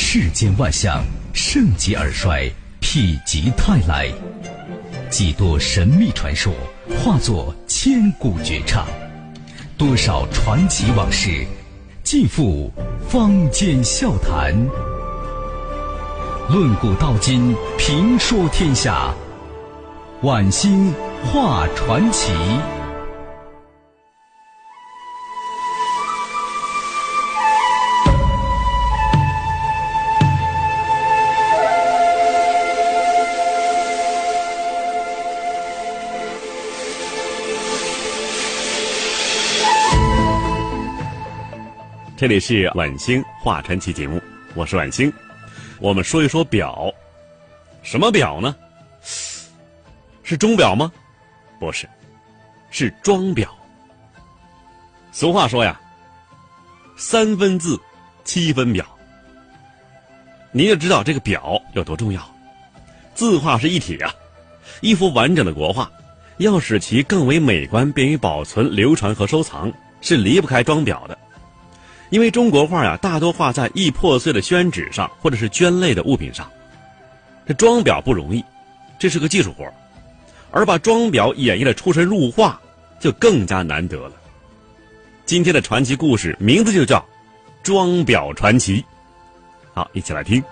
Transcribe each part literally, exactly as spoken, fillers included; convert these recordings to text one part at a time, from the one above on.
世间万象，盛极而衰，否极泰来。几多神秘传说化作千古绝唱，多少传奇往事尽付坊间笑谈。论古道今，评说天下，晚星话传奇。 这里是晚星话传奇节目，我是晚星。我们说一说表，什么表呢？是钟表吗？不是，是装表。俗话说呀，三分字，七分表。你也知道这个表有多重要，字画是一体啊，一幅完整的国画，要使其更为美观，便于保存、流传和收藏，是离不开装表的。因为中国画呀，大多画在易破碎的宣纸上，或者是绢类的物品上。这装裱不容易，这是个技术活，而把装裱演绎的出神入化，就更加难得了。今天的传奇故事名字就叫《装裱传奇》。好，一起来听。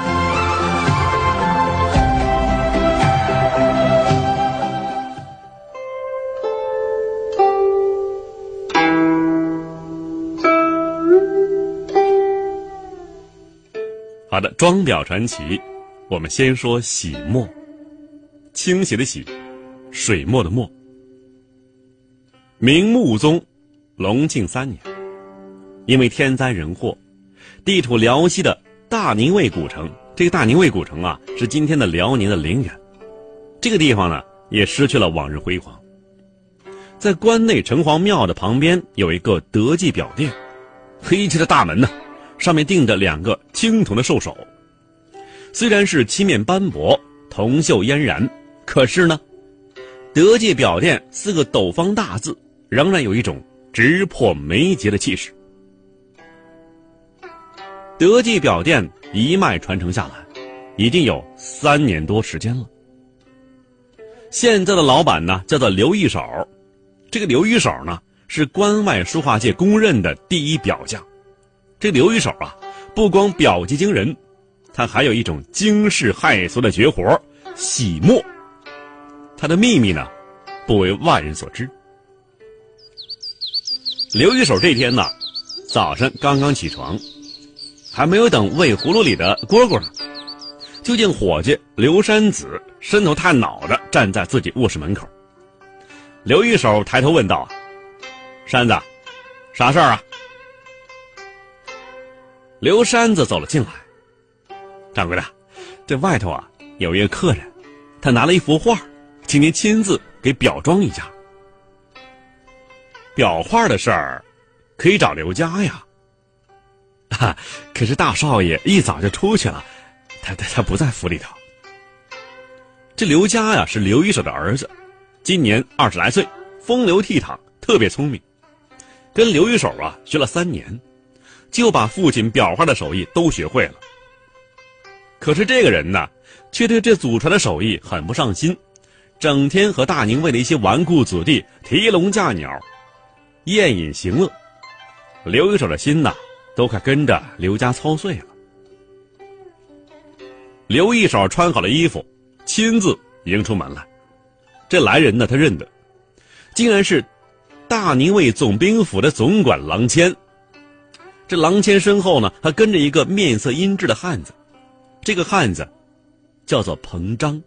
好的，装裱传奇，我们先说洗墨，清洗的洗，水墨的墨。明穆宗隆庆三年，因为天灾人祸，地处辽西的大宁卫古城，这个大宁卫古城啊，是今天的辽宁的陵园。这个地方呢，也失去了往日辉煌。在关内城隍庙的旁边有一个德记表店，黑漆的大门呢，上面钉着两个青铜的兽首，虽然是漆面斑驳，铜锈嫣然，可是呢，德记表店四个斗方大字仍然有一种直破眉睫的气势。德记表店一脉传承下来，已经有三年多时间了。现在的老板呢，叫做刘一手，这个刘一手呢，是关外书画界公认的第一表匠。这刘一手啊，不光表技惊人，他还有一种惊世骇俗的绝活——洗墨。他的秘密呢，不为外人所知。刘一手这天呢，早上刚刚起床，还没有等喂葫芦里的蝈蝈呢，就见伙计刘山子伸头探脑的站在自己卧室门口。刘一手抬头问道：“山子，啥事儿啊？”刘山子走了进来。掌柜的，这外头啊有一个客人，他拿了一幅画，请您亲自给裱装一下。裱画的事儿可以找刘家呀。啊，可是大少爷一早就出去了，他他他不在府里头。这刘家呀是刘一手的儿子，今年二十来岁，风流倜傥，特别聪明，跟刘一手啊学了三年，就把父亲裱画的手艺都学会了。可是这个人呢，却对这祖传的手艺很不上心，整天和大宁卫的一些纨绔子弟提笼架鸟，宴饮行乐。刘一手的心呐，都快跟着刘家操碎了。刘一手穿好了衣服，亲自迎出门来。这来人呢，他认得，竟然是大宁卫总兵府的总管郎谦。这郎谦身后呢，还跟着一个面色阴鸷的汉子，这个汉子叫做彭章。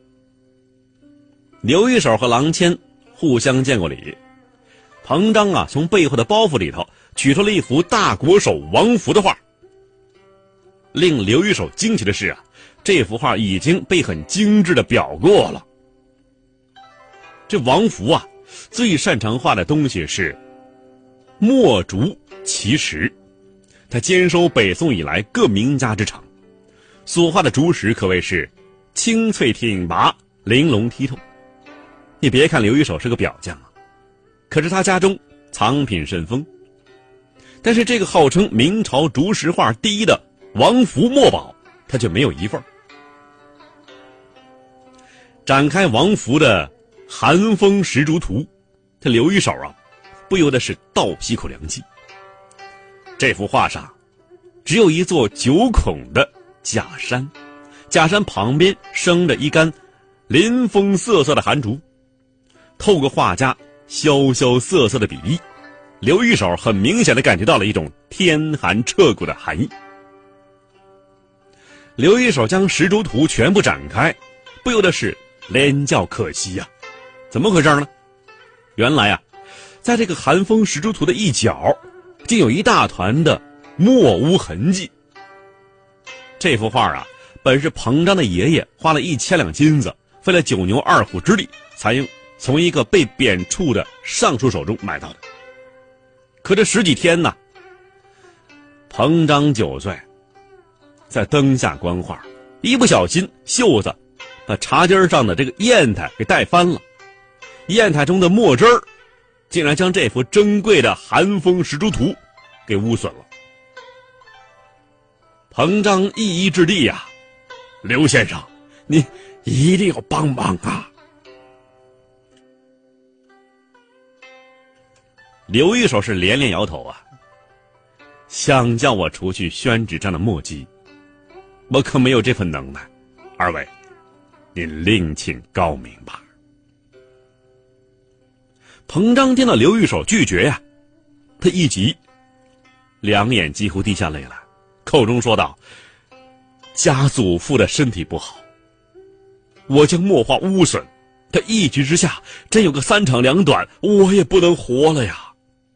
刘一手和郎谦互相见过礼。彭章啊，从背后的包袱里头取出了一幅大国手王福的画。令刘一手惊奇的是啊，这幅画已经被很精致的裱过了。这王福啊，最擅长画的东西是墨竹奇石，他兼收北宋以来各名家之长，所画的竹石可谓是清脆挺拔，玲珑剔透。你别看刘一手是个表匠啊，可是他家中藏品甚丰。但是这个号称明朝竹石画第一的王符墨宝他却没有一份。展开王符的《寒风石竹图》，他刘一手啊，不由得是倒吸口凉气。这幅画上只有一座九孔的假山，假山旁边生着一杆临风瑟瑟的寒竹，透过画家萧萧瑟瑟的笔意，刘一手很明显地感觉到了一种天寒彻骨的寒意。刘一手将石竹图全部展开，不由得是连叫可惜呀、啊！怎么回事呢？原来啊，在这个寒风石竹图的一角，竟有一大团的墨污痕迹。这幅画啊，本是彭章的爷爷花了一千两金子，费了九牛二虎之力，才用从一个被贬黜的尚书手中买到的。可这十几天呢，彭章九岁，在灯下观画，一不小心袖子把茶几上的这个砚台给带翻了，砚台中的墨汁儿竟然将这幅珍贵的寒风石竹图给污损了。彭章一一之地呀、啊，刘先生，你一定要帮忙啊！刘一手是连连摇头啊，想叫我除去宣纸上的墨迹，我可没有这份能耐。二位，您另请高明吧。彭章听到刘一手拒绝呀、啊，他一急，两眼几乎滴下泪来，口中说道：“家祖父的身体不好，我将墨画污损，他一急之下，真有个三长两短，我也不能活了呀。”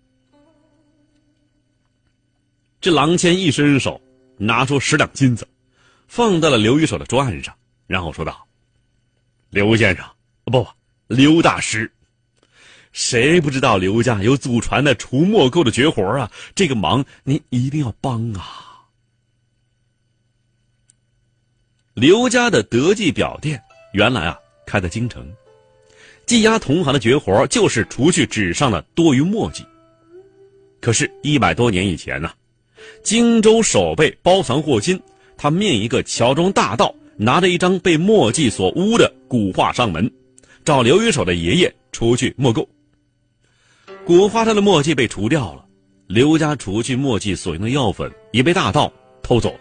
这郎谦一伸手，拿出十两金子，放在了刘一手的桌案上，然后说道：“刘先生，不不，刘大师，谁不知道刘家有祖传的除墨垢的绝活啊？这个忙您一定要帮啊！”刘家的德记表店原来啊开在京城，技压同行的绝活就是除去纸上的多余墨迹。可是，一百多年以前呢、啊，荆州守备包藏霍金，他命一个桥中大盗拿着一张被墨迹所污的古画上门，找刘一手的爷爷除去墨垢。古画上的墨迹被除掉了，刘家除去墨迹所用的药粉也被大盗偷走了。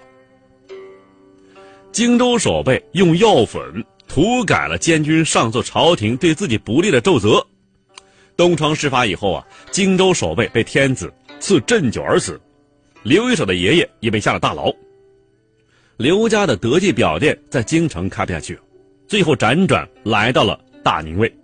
荆州守备用药粉涂改了监军上奏朝廷对自己不利的奏折。东窗事发以后啊，荆州守备被天子赐鸩酒而死，刘一手的爷爷也被下了大牢。刘家的德记表店在京城开不下去了，最后辗转来到了大宁卫。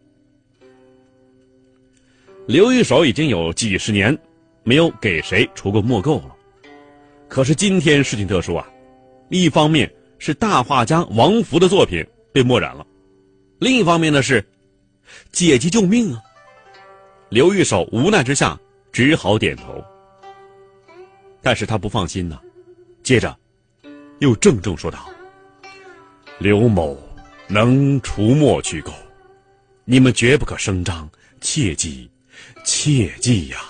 刘一手已经有几十年没有给谁除过墨垢了，可是今天事情特殊啊，一方面是大画家王符的作品被墨染了，另一方面呢是姐姐救命啊！刘一手无奈之下只好点头，但是他不放心呢、啊，接着又郑重说道：“刘某能除墨去垢，你们绝不可声张，切记切记呀！”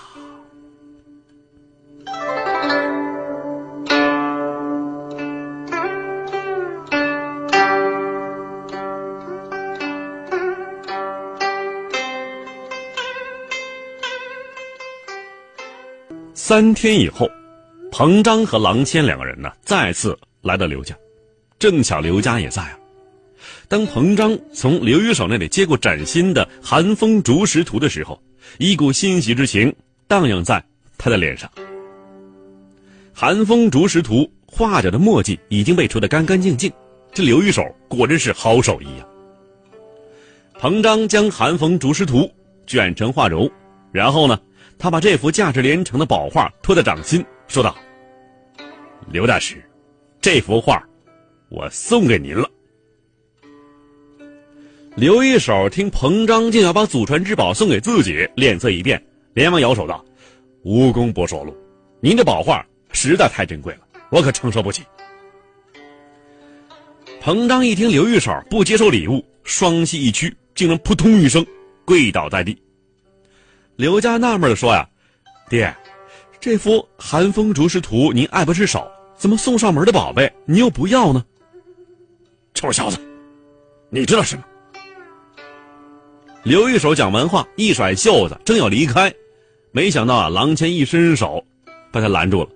三天以后，彭章和郎谦两个人呢再次来到刘家，正巧刘家也在啊。当彭章从刘一手那里接过崭新的《寒风竹石图》的时候，一股欣喜之情荡漾在他的脸上。《寒风竹石图》画角的墨迹已经被除得干干净净，这刘一手果真是好手艺啊。彭章将《寒风竹石图》卷成画轴，然后呢他把这幅价值连城的宝画托在掌心，说道：“刘大师，这幅画我送给您了。”刘一手听彭章竟要把祖传之宝送给自己，脸色一变，连忙摇手道：“无功不受禄，您的宝画实在太珍贵了，我可承受不起。”彭章一听刘一手不接受礼物，双膝一屈，竟然扑通一声跪倒在地。刘家纳闷地说呀：“爹，这幅寒风竹石图您爱不释手， 怎么送上门的宝贝你又不要呢？臭小子，你知道什么？刘玉手讲完话，一甩袖子，正要离开，没想到啊，郎谦一伸手把他拦住了。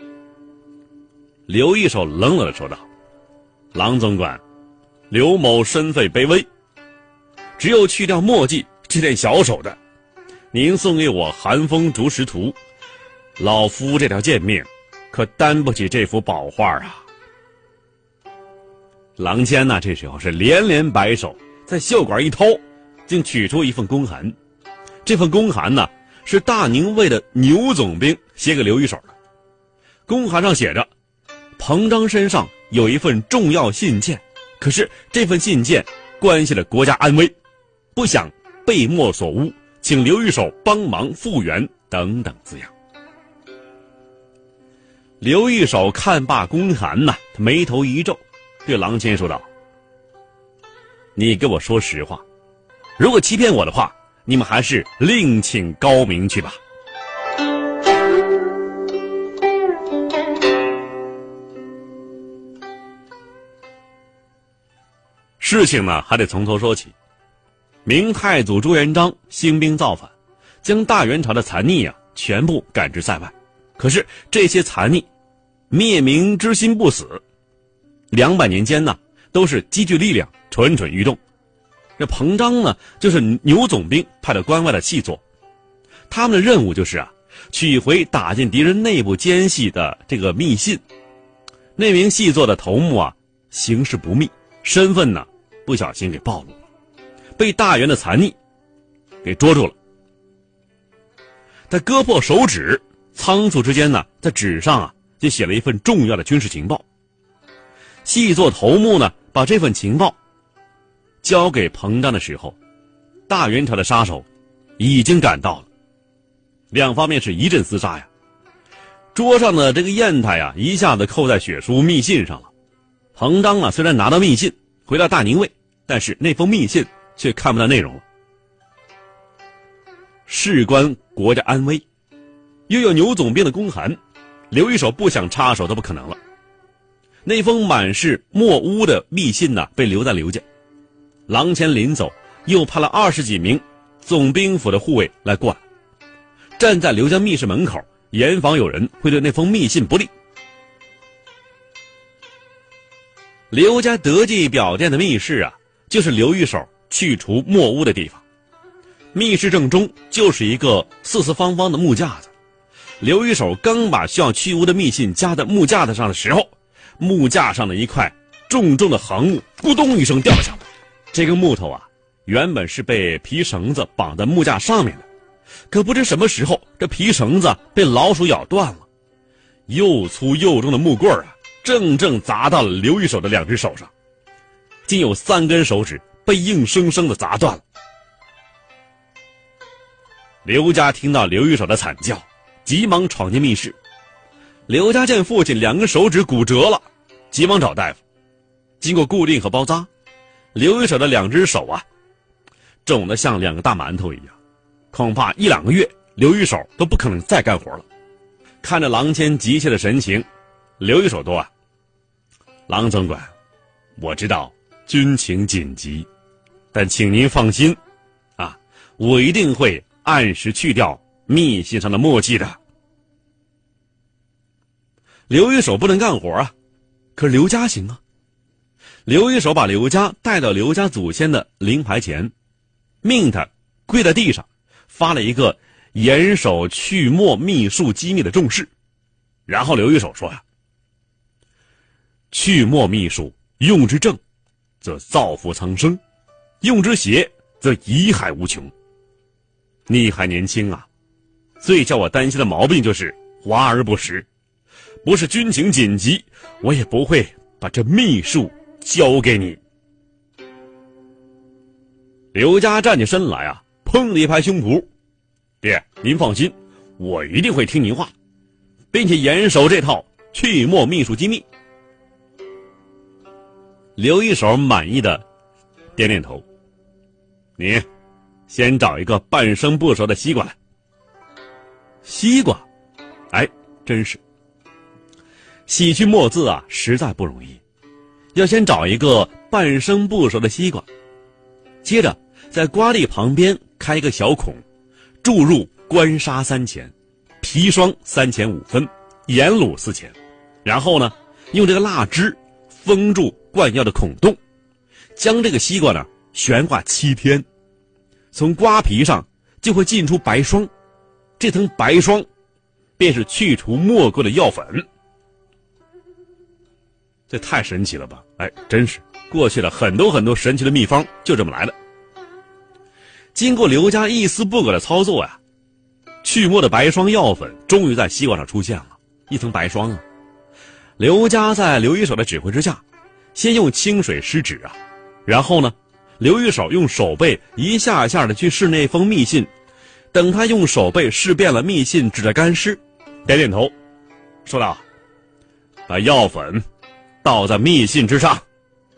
刘玉手冷冷地说道：“郎总管，刘某身份卑微，只有去掉墨迹这点小手段，您送给我寒风竹石图，老夫这条贱命可担不起这幅宝画啊。”郎谦呢，这时候是连连摆手，在袖管一掏，竟取出一份公函。这份公函呢，是大宁卫的牛总兵写给刘一手的。公函上写着，彭章身上有一份重要信件，可是这份信件关系了国家安危，不想被墨所污，请刘一手帮忙复原等等字样。刘一手看罢公函呐，他眉头一皱，对郎谦说道：“你给我说实话，如果欺骗我的话，你们还是另请高明去吧。”事情呢，还得从头说起。明太祖朱元璋兴兵造反，将大元朝的残逆啊全部赶至塞外。可是这些残逆灭明之心不死，两百年间呢，都是积聚力量，蠢蠢欲动。这彭章呢，就是牛总兵派到关外的细作，他们的任务就是啊，取回打进敌人内部奸细的这个密信。那名细作的头目啊，行事不密，身份呢不小心给暴露了，被大元的残逆给捉住了。他割破手指，仓促之间呢，在纸上啊就写了一份重要的军事情报。细作头目呢，把这份情报交给彭章的时候，大元朝的杀手已经赶到了，两方面是一阵厮杀呀。桌上的这个砚台呀，一下子扣在血书密信上了。彭章啊，虽然拿到密信回到大宁卫，但是那封密信却看不到内容了。事关国家安危，又有牛总兵的公函，刘一手不想插手都不可能了。那封满是墨污的密信呢，被留在刘家。郎谦临走，又派了二十几名总兵府的护卫来过来，站在刘家密室门口，严防有人会对那封密信不利。刘家德记表店的密室啊，就是刘一手去除墨污的地方。密室正中就是一个四四方方的木架子，刘一手刚把需要去污的密信夹在木架子上的时候，木架上的一块重重的横木咕咚一声掉了下来。这个木头啊，原本是被皮绳子绑在木架上面的，可不知什么时候这皮绳子被老鼠咬断了，又粗又重的木棍啊，正正砸到了刘一手的两只手上，竟有三根手指被硬生生的砸断了。刘家听到刘一手的惨叫，急忙闯进密室。刘家见父亲两根手指骨折了，急忙找大夫。经过固定和包扎，刘一手的两只手啊，肿得像两个大馒头一样，恐怕一两个月刘一手都不可能再干活了。看着郎谦急切的神情，刘一手说啊：“郎总管，我知道军情紧急，但请您放心啊，我一定会按时去掉密信上的墨迹的。”刘一手不能干活啊，可是刘家行啊。刘一手把刘家带到刘家祖先的灵牌前，命他跪在地上，发了一个严守去墨秘术机密的重誓。然后刘一手说呀、啊：“去墨秘术用之正，则造福苍生；用之邪，则贻害无穷。你还年轻啊，最叫我担心的毛病就是华而不实。不是军情紧急，我也不会把这秘术交给你。”刘家站起身来啊，砰的一拍胸脯：“爹，您放心，我一定会听您话，并且严守这套去墨秘术机密。”刘一手满意的点点头：“你先找一个半生不熟的西瓜来。”西瓜，哎，真是。 洗去墨渍啊，实在不容易，要先找一个半生不熟的西瓜，接着在瓜粒旁边开一个小孔，注入官砂三钱，砒霜三钱五分，盐卤四钱，然后呢，用这个蜡汁封住灌药的孔洞，将这个西瓜呢悬挂七天，从瓜皮上就会浸出白霜，这层白霜便是去除墨垢的药粉。这太神奇了吧？哎，真是过去了很多很多神奇的秘方就这么来的。经过刘家一丝不苟的操作呀，去墨的白霜药粉终于在西瓜上出现了，一层白霜啊。刘家在刘一手的指挥之下，先用清水湿纸啊，然后呢，刘一手用手背一下下的去试那封密信，等他用手背试遍了密信纸的干湿，点点头，说道：“把药粉倒在密信之上。”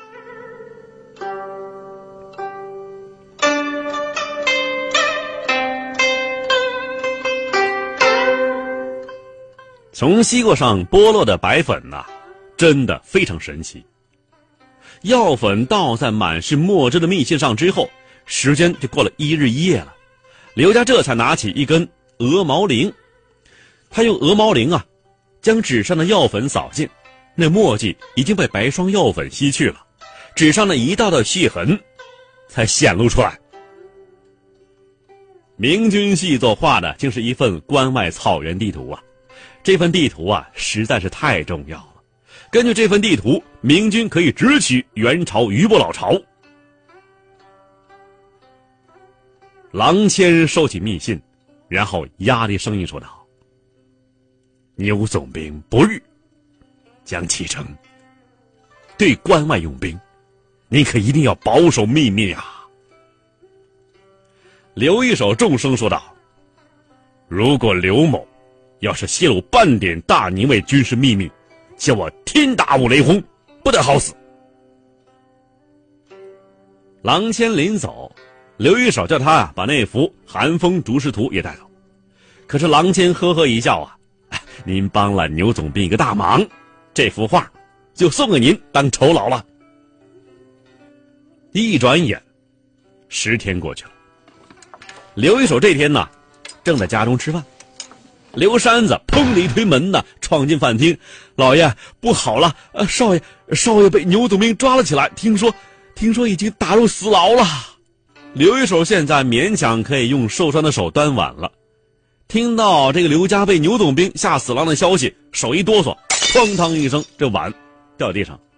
从西瓜上剥落的白粉呐、啊，真的非常神奇。药粉倒在满是墨汁的密信上之后，时间就过了一日一夜了。刘家这才拿起一根鹅毛绫，他用鹅毛绫啊，将纸上的药粉扫尽，那墨迹已经被白霜药粉吸去了，纸上的一道道细痕才显露出来。明君细作画的竟是一份关外草原地图啊！这份地图啊，实在是太重要了。根据这份地图，明军可以直取元朝余波老巢。郎谦收起密信，然后压低声音说道：“牛总兵不遇，将启程。对关外用兵，您可一定要保守秘密啊！”刘一手重声说道：“如果刘某要是泄露半点大宁卫军事秘密，叫我天打五雷轰，不得好死。”郎谦临走，刘一手叫他啊把那幅寒风竹石图也带走。可是郎谦呵呵一笑啊，您帮了牛总兵一个大忙，这幅画就送给您当酬劳了。一转眼，十天过去了。刘一手这天呢，正在家中吃饭。刘山子砰的一推门呢，闯进饭厅。老爷，不好了，呃，少爷，少爷被牛总兵抓了起来，听说，听说已经打入死牢了。刘一手现在勉强可以用受伤的手端碗了。听到这个刘家被牛总兵下死牢的消息，手一哆嗦，哐当一声，这碗掉地上。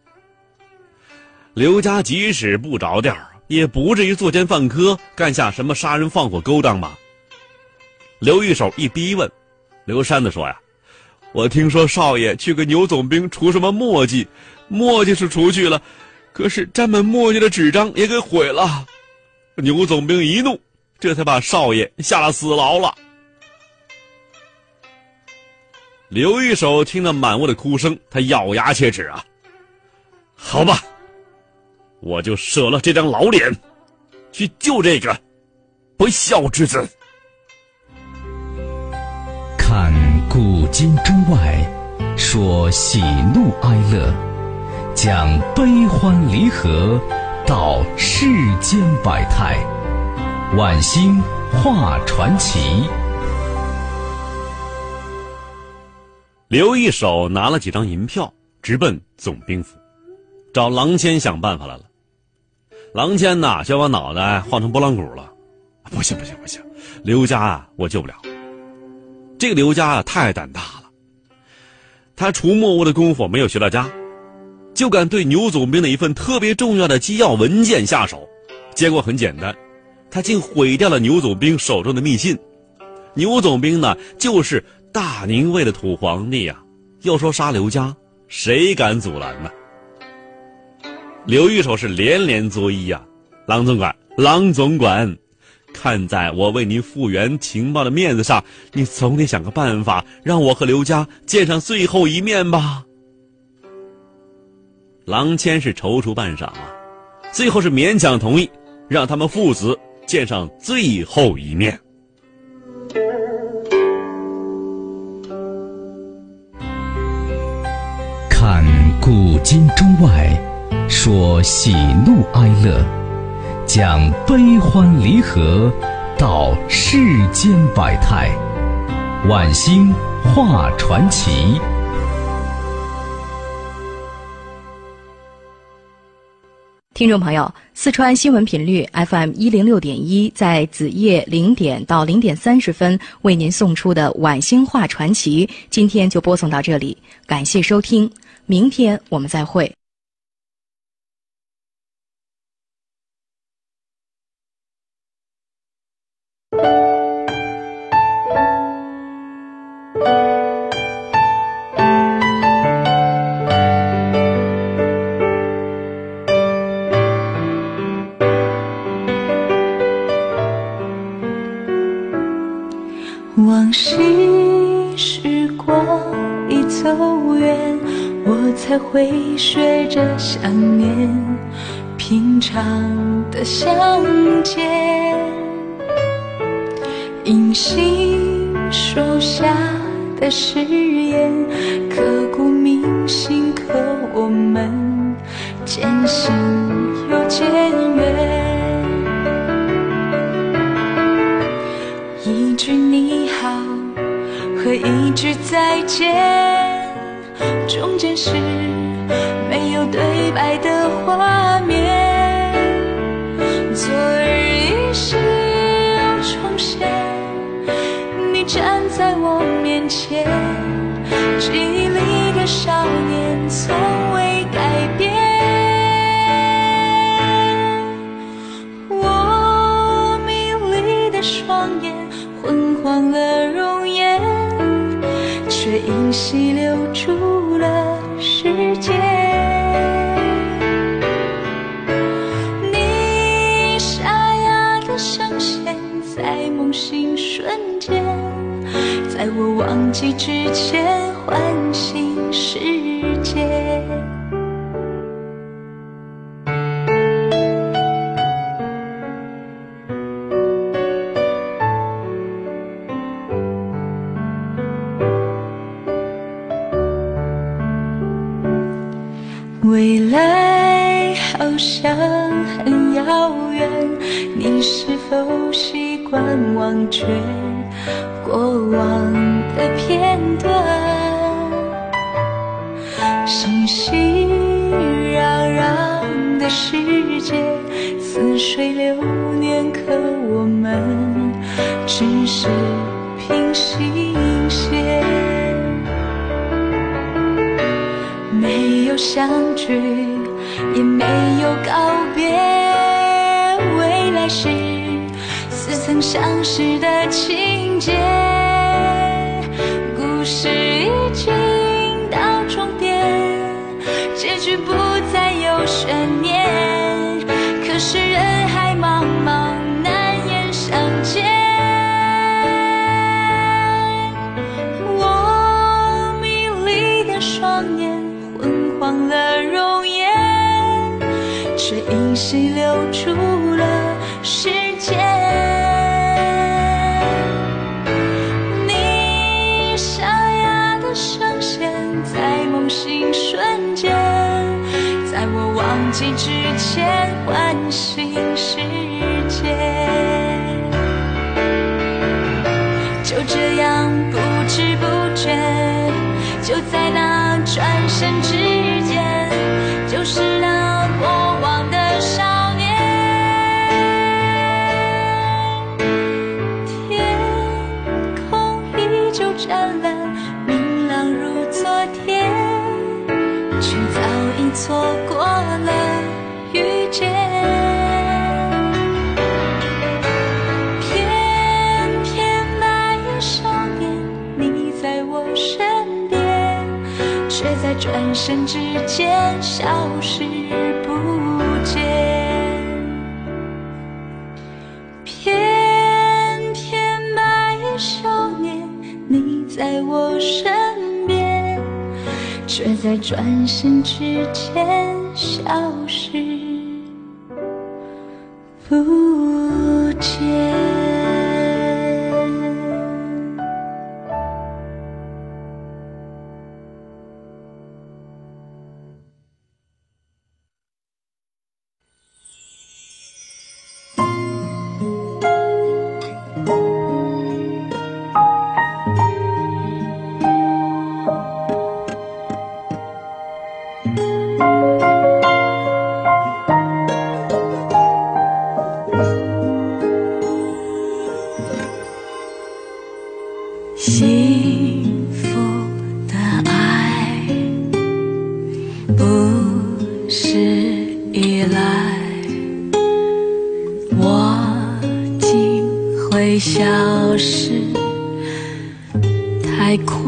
刘家即使不着调，也不至于作奸犯科，干下什么杀人放火勾当吧？刘一手一逼问，刘山子说呀：“我听说少爷去给牛总兵除什么墨迹，墨迹是除去了，可是沾满墨迹的纸张也给毁了。牛总兵一怒，这才把少爷下了死牢了。”刘一手听到满屋的哭声，他咬牙切齿啊：“好吧，我就舍了这张老脸，去救这个不孝之子。” 看古今中外，说喜怒哀乐，讲悲欢离合，道世间百态，晚星画传奇。 刘一手拿了几张银票，直奔总兵府，找郎谦想办法来了。郎谦呐，就把脑袋晃成拨浪鼓了。不行不行不行，刘家啊，我救不了。这个刘家啊，太胆大了。他除墨屋的功夫没有学到家，就敢对牛总兵的一份特别重要的机要文件下手。结果很简单，他竟毁掉了牛总兵手中的密信。牛总兵呢，就是大宁卫的土皇帝啊，要说杀刘家，谁敢阻拦呢？刘一手是连连作揖啊，郎总管，郎总管，看在我为您复原情报的面子上，你总得想个办法，让我和刘家见上最后一面吧。郎谦是踌躇半晌啊，最后是勉强同意，让他们父子见上最后一面。 看古今中外，说喜怒哀乐，讲悲欢离合，道世间百态，晚星话传奇。 听众朋友，四川新闻频率 F M 一零六点一，在子夜零点到零点三十分为您送出的晚星话传奇，今天就播送到这里，感谢收听，明天我们再会。 往昔时光已走远，我才会学着想念平常的相见。隐形手下的誓言，刻骨铭心，可我们渐行又渐远。一句你好和一句再见，中间是没有对白的画面。昨日依稀又重现，你站在我面前，记忆里的少年从未改变。我迷离的双眼昏黄了容颜，却依稀留住了时间。你沙哑的声线在梦醒瞬间，在我忘记之前唤醒世界。未来好像很遥远，你是否习惯忘却过往的片段？熙熙攘攘的世界，似水流年，可我们只是平行线。没有相聚，也没有告别，未来是似曾相识的情节。故事已经到终点，结局不再有悬念，可是人海茫茫，难言相见。我迷离的双眼昏黄了容颜，却依稀留住了时间。你沙哑的声线在梦醒瞬间，在我忘记之前唤醒世界。就这样不知不觉，就在那转身之间，就是那过往的少年。天空依旧湛蓝，明朗如昨天，却早已错过了遇见。偏偏那一少年，你在我身边，却在转身之间消失不见。偏偏那一少年，你在我身边，却在转身之间消失不见。 幸福的爱不是依赖，我竟会消失太快。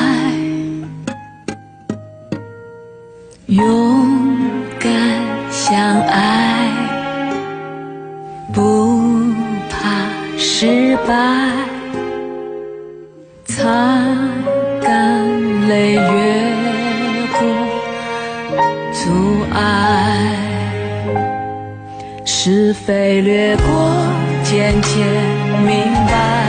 勇敢相爱，不怕失败，擦干泪，越过阻碍，是非掠过，渐渐明白。